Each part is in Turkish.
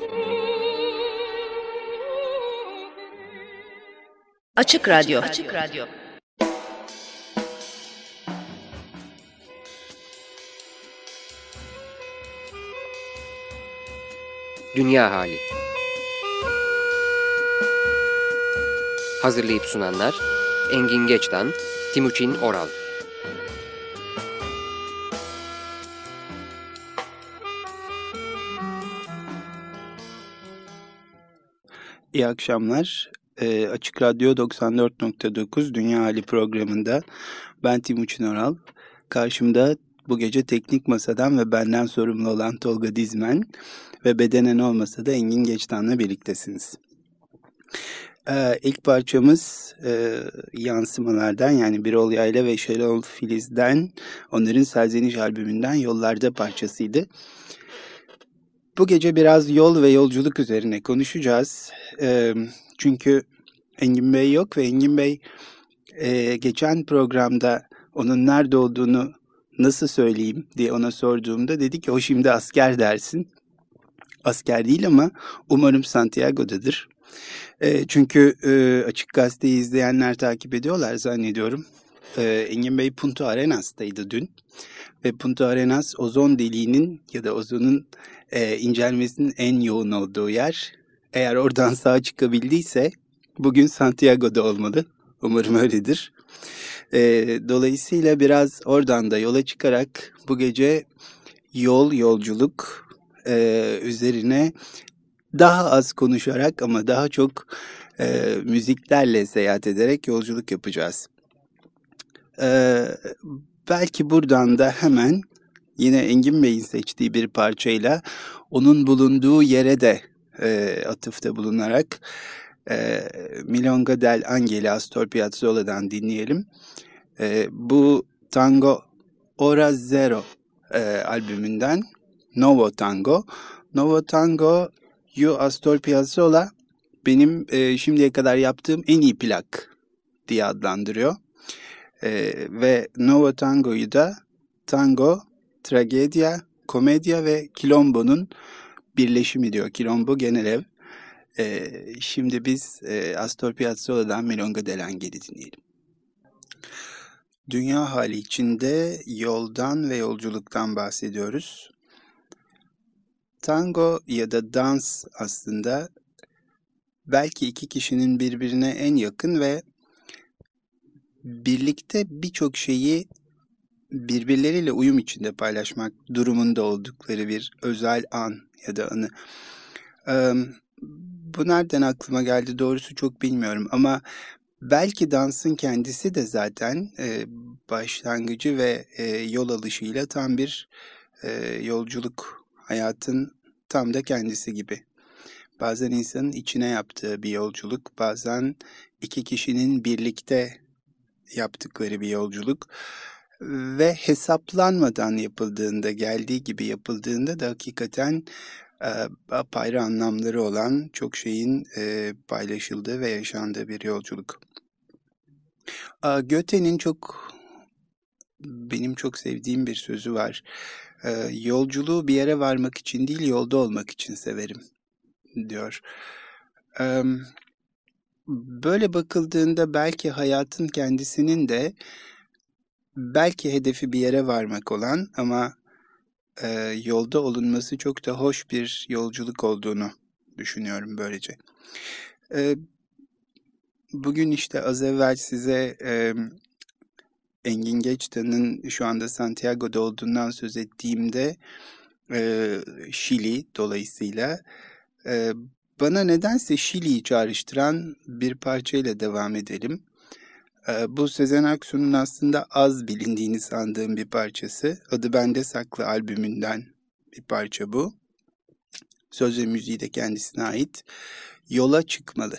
Açık Radyo. Açık Radyo. Dünya Hali. Hazırlayıp sunanlar Engin Geçtan, Timuçin Oral. İyi akşamlar. Açık Radyo 94.9 Dünya Hali programında ben Timuçin Oral. Karşımda bu gece teknik masadan ve benden sorumlu olan Tolga Dizmen ve bedenen olmasa da Engin Geçtan'la birliktesiniz. İlk parçamız yansımalardan, yani Birol Yayla ve Şenol Filiz'den, onların Serzeniş albümünden Yollarda parçasıydı. Bu gece biraz yol ve yolculuk üzerine konuşacağız. Çünkü Engin Bey yok ve Engin Bey geçen programda onun nerede olduğunu nasıl söyleyeyim diye ona sorduğumda dedi ki o şimdi asker dersin. Asker değil ama umarım Santiago'dadır. Çünkü Açık Gazete'yi izleyenler takip ediyorlar zannediyorum. Engin Bey Punta Arenas'taydı dün. Ve Punta Arenas ozon deliğinin ya da ozonun incelmesinin en yoğun olduğu yer. Eğer oradan sağ çıkabildiyse bugün Santiago'da olmalı. Umarım öyledir. Dolayısıyla biraz oradan da yola çıkarak bu gece yolculuk üzerine daha az konuşarak ama daha çok müziklerle seyahat ederek yolculuk yapacağız. Belki buradan da hemen yine Engin Bey'in seçtiği bir parçayla onun bulunduğu yere de atıfta bulunarak Milonga del Angeli Astor Piazzolla'dan dinleyelim. Bu Tango Ora Zero albümünden Novo Tango. Novo Tango Yu Astor Piazzolla benim şimdiye kadar yaptığım en iyi plak diye adlandırıyor. Ve Novo Tango'yu da tango, tragedya, komedya ve kilombo'nun birleşimi diyor. Kilombo genel ev. Şimdi biz Astor Piazzolla'dan Milonga del Angeli dinleyelim. Dünya hali içinde yoldan ve yolculuktan bahsediyoruz. Tango ya da dans aslında belki iki kişinin birbirine en yakın ve birlikte birçok şeyi birbirleriyle uyum içinde paylaşmak durumunda oldukları bir özel an ya da anı. Bu nereden aklıma geldi doğrusu çok bilmiyorum ama belki dansın kendisi de zaten başlangıcı ve yol alışıyla tam bir yolculuk, hayatın tam da kendisi gibi. Bazen insanın içine yaptığı bir yolculuk, bazen iki kişinin birlikte yaptıkları bir yolculuk ve hesaplanmadan yapıldığında, geldiği gibi yapıldığında da hakikaten apayrı anlamları olan çok şeyin paylaşıldığı ve yaşandığı bir yolculuk. Goethe'nin benim çok sevdiğim bir sözü var. Yolculuğu bir yere varmak için değil, yolda olmak için severim diyor. Böyle bakıldığında belki hayatın kendisinin de belki hedefi bir yere varmak olan ama yolda olunması çok da hoş bir yolculuk olduğunu düşünüyorum böylece. Bugün işte az evvel size Engin Geçtan'ın şu anda Santiago'da olduğundan söz ettiğimde Şili dolayısıyla bana nedense Şili'yi çağrıştıran bir parçayla devam edelim. Bu Sezen Aksu'nun aslında az bilindiğini sandığım bir parçası. Adı Bende Saklı albümünden bir parça bu. Söz ve müziği de kendisine ait. Yola çıkmalı.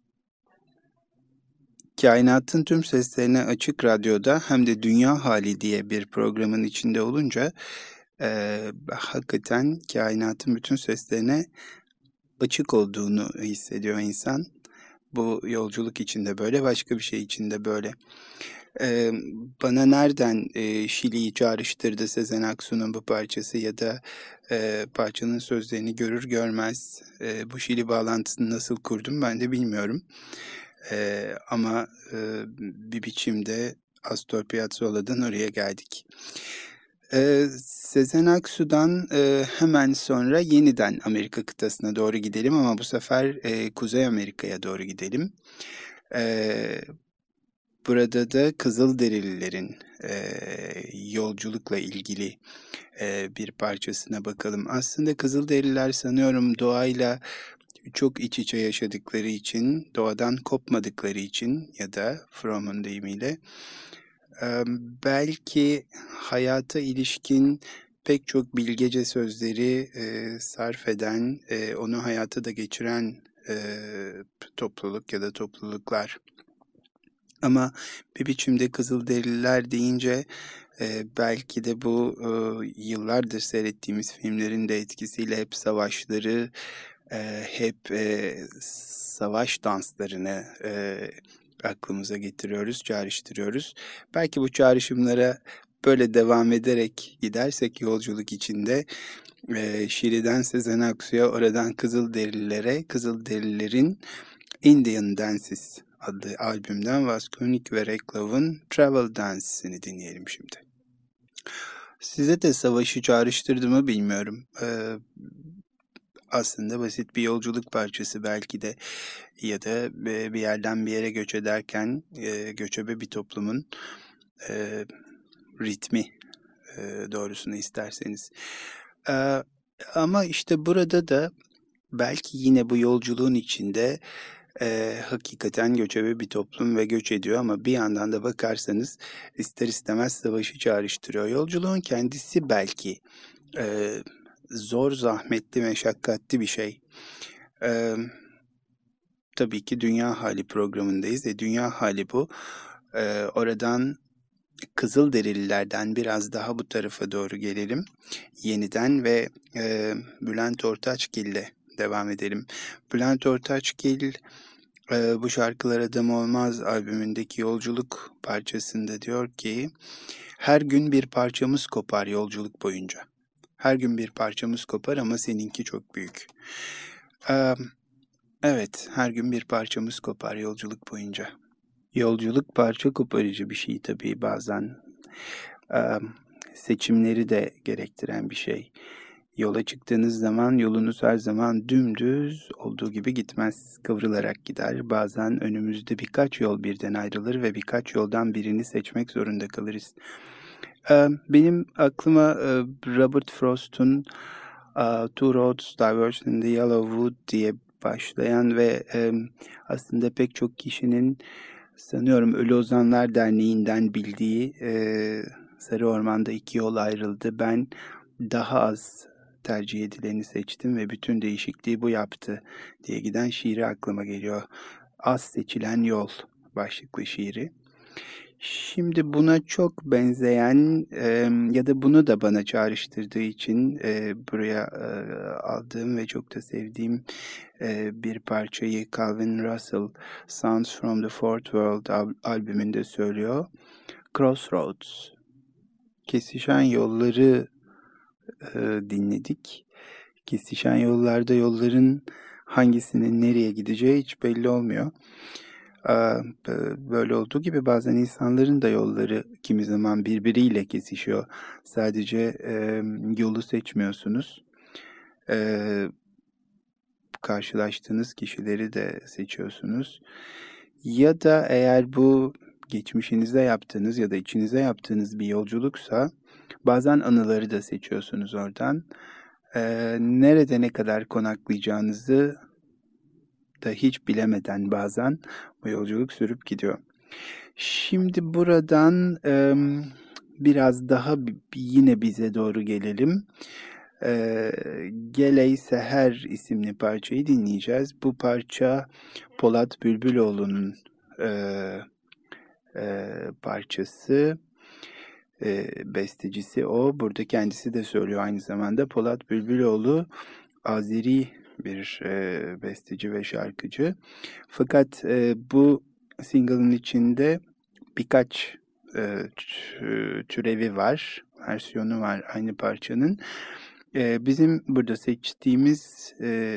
Kainatın tüm seslerine Açık Radyo'da hem de Dünya Hali diye bir programın içinde olunca hakikaten kainatın bütün seslerine açık olduğunu hissediyor insan. Bu yolculuk içinde böyle, başka bir şey içinde böyle. Ee, Bana nereden Şili'yi çağrıştırdı Sezen Aksu'nun bu parçası ya da parçanın sözlerini görür görmez bu Şili bağlantısını nasıl kurdum ben de bilmiyorum. Ama bir biçimde Astor Piazzolla'dan oraya geldik. Sezen Aksu'dan hemen sonra yeniden Amerika kıtasına doğru gidelim ama bu sefer Kuzey Amerika'ya doğru gidelim. Burada da Kızılderililerin yolculukla ilgili bir parçasına bakalım. Aslında Kızılderililer sanıyorum doğayla çok iç içe yaşadıkları için, doğadan kopmadıkları için ya da Fromm'un deyimiyle belki hayata ilişkin pek çok bilgece sözleri sarf eden, onu hayata da geçiren topluluk ya da topluluklar. Ama bir biçimde Kızılderililer deyince belki de bu yıllardır seyrettiğimiz filmlerin de etkisiyle hep savaşları, hep savaş danslarını aklımıza getiriyoruz, çağrıştırıyoruz. Belki bu çağrışımlara böyle devam ederek gidersek yolculuk içinde Şili'den Sezen Aksu'ya, oradan Kızılderililere, Kızılderililerin Indian Dances adlı albümden Vasconik ve Reklav'ın Travel Dance'ini dinleyelim şimdi. Size de savaşı çağrıştırdı mı bilmiyorum. Aslında basit bir yolculuk parçası belki de ya da bir yerden bir yere göç ederken göçebe bir toplumun ritmi doğrusunu isterseniz. Ama işte burada da belki yine bu yolculuğun içinde hakikaten göçebe bir toplum ve göç ediyor ama bir yandan da bakarsanız ister istemez savaşı çağrıştırıyor. Yolculuğun kendisi belki zor, zahmetli, meşakkatli bir şey. Tabii ki Dünya Hali programındayız. Dünya Hali bu. Oradan Kızılderililerden biraz daha bu tarafa doğru gelelim. Yeniden ve Bülent Ortaçgil'le devam edelim. Bülent Ortaçgil bu Şarkılar Adam Olmaz albümündeki yolculuk parçasında diyor ki her gün bir parçamız kopar yolculuk boyunca. Her gün bir parçamız kopar ama seninki çok büyük. Evet, her gün bir parçamız kopar yolculuk boyunca. Yolculuk parça koparıcı bir şey tabii bazen. Seçimleri de gerektiren bir şey. Yola çıktığınız zaman yolunuz her zaman dümdüz olduğu gibi gitmez, kıvrılarak gider. Bazen önümüzde birkaç yol birden ayrılır ve birkaç yoldan birini seçmek zorunda kalırız. Benim aklıma Robert Frost'un Two Roads Diverge in the Yellow Wood diye başlayan ve aslında pek çok kişinin sanıyorum Ölü Ozanlar Derneği'nden bildiği Sarı Orman'da iki yol ayrıldı. Ben daha az tercih edileni seçtim ve bütün değişikliği bu yaptı diye giden şiiri aklıma geliyor. Az seçilen yol başlıklı şiiri. Şimdi buna çok benzeyen ya da bunu da bana çağrıştırdığı için buraya aldığım ve çok da sevdiğim bir parçayı Calvin Russell Sounds from the Fourth World albümünde söylüyor. Crossroads. Kesişen yolları dinledik. Kesişen yollarda yolların hangisinin nereye gideceği hiç belli olmuyor. Böyle olduğu gibi bazen insanların da yolları kimi zaman birbiriyle kesişiyor. Sadece yolu seçmiyorsunuz. Karşılaştığınız kişileri de seçiyorsunuz. Ya da eğer bu geçmişinize yaptığınız ya da içinize yaptığınız bir yolculuksa bazen anıları da seçiyorsunuz oradan. Nerede ne kadar konaklayacağınızı da hiç bilemeden bazen bu yolculuk sürüp gidiyor. Şimdi buradan biraz daha yine bize doğru gelelim. Geley Seher isimli parçayı dinleyeceğiz. Bu parça Polat Bülbüloğlu'nun parçası. Bestecisi o. Burada kendisi de söylüyor aynı zamanda. Polat Bülbüloğlu Azeri bir besteci ve şarkıcı. Fakat bu single'ın içinde birkaç türevi var, versiyonu var aynı parçanın. Bizim burada seçtiğimiz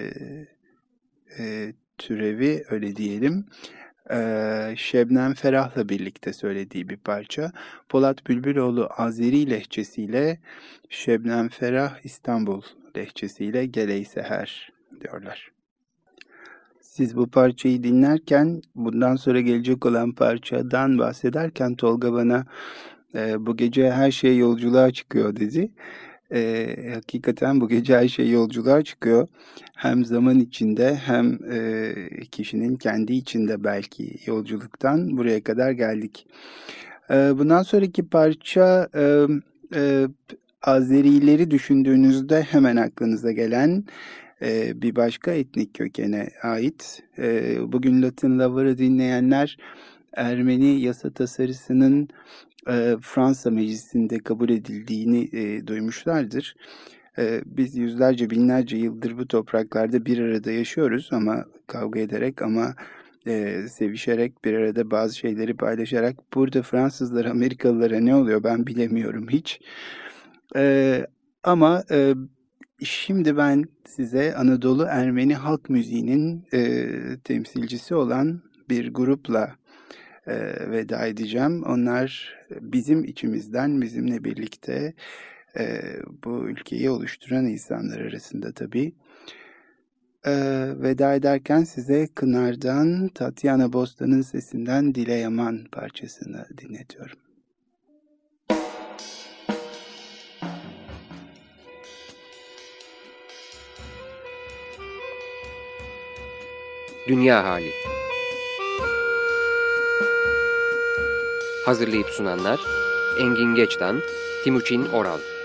türevi öyle diyelim. Şebnem Ferah'la birlikte söylediği bir parça. Polat Bülbüloğlu Azeri lehçesiyle, Şebnem Ferah İstanbul lehçesiyle Geley Seher diyorlar. Siz bu parçayı dinlerken, bundan sonra gelecek olan parçadan bahsederken Tolga bana bu gece her şey yolculuğa çıkıyor dedi. Hakikaten bu gece her şey yolculuğa çıkıyor. Hem zaman içinde hem kişinin kendi içinde belki yolculuktan buraya kadar geldik. Bundan sonraki parça Azerileri düşündüğünüzde hemen aklınıza gelen bir başka etnik kökene ait. Bugün Latin Lover'ı dinleyenler Ermeni yasa tasarısının Fransa Meclisi'nde kabul edildiğini duymuşlardır. Biz yüzlerce binlerce yıldır bu topraklarda bir arada yaşıyoruz ama kavga ederek ama sevişerek bir arada bazı şeyleri paylaşarak burada Fransızlar Amerikalılara ne oluyor ben bilemiyorum hiç. Ama şimdi ben size Anadolu Ermeni halk müziğinin temsilcisi olan bir grupla veda edeceğim. Onlar bizim içimizden, bizimle birlikte bu ülkeyi oluşturan insanlar arasında tabii. Veda ederken size Kınar'dan Tatyana Bostan'ın sesinden Dile Yaman parçasını dinletiyorum. Dünya Hali. Hazırlayıp sunanlar Engin Geçtan, Timuçin Oral.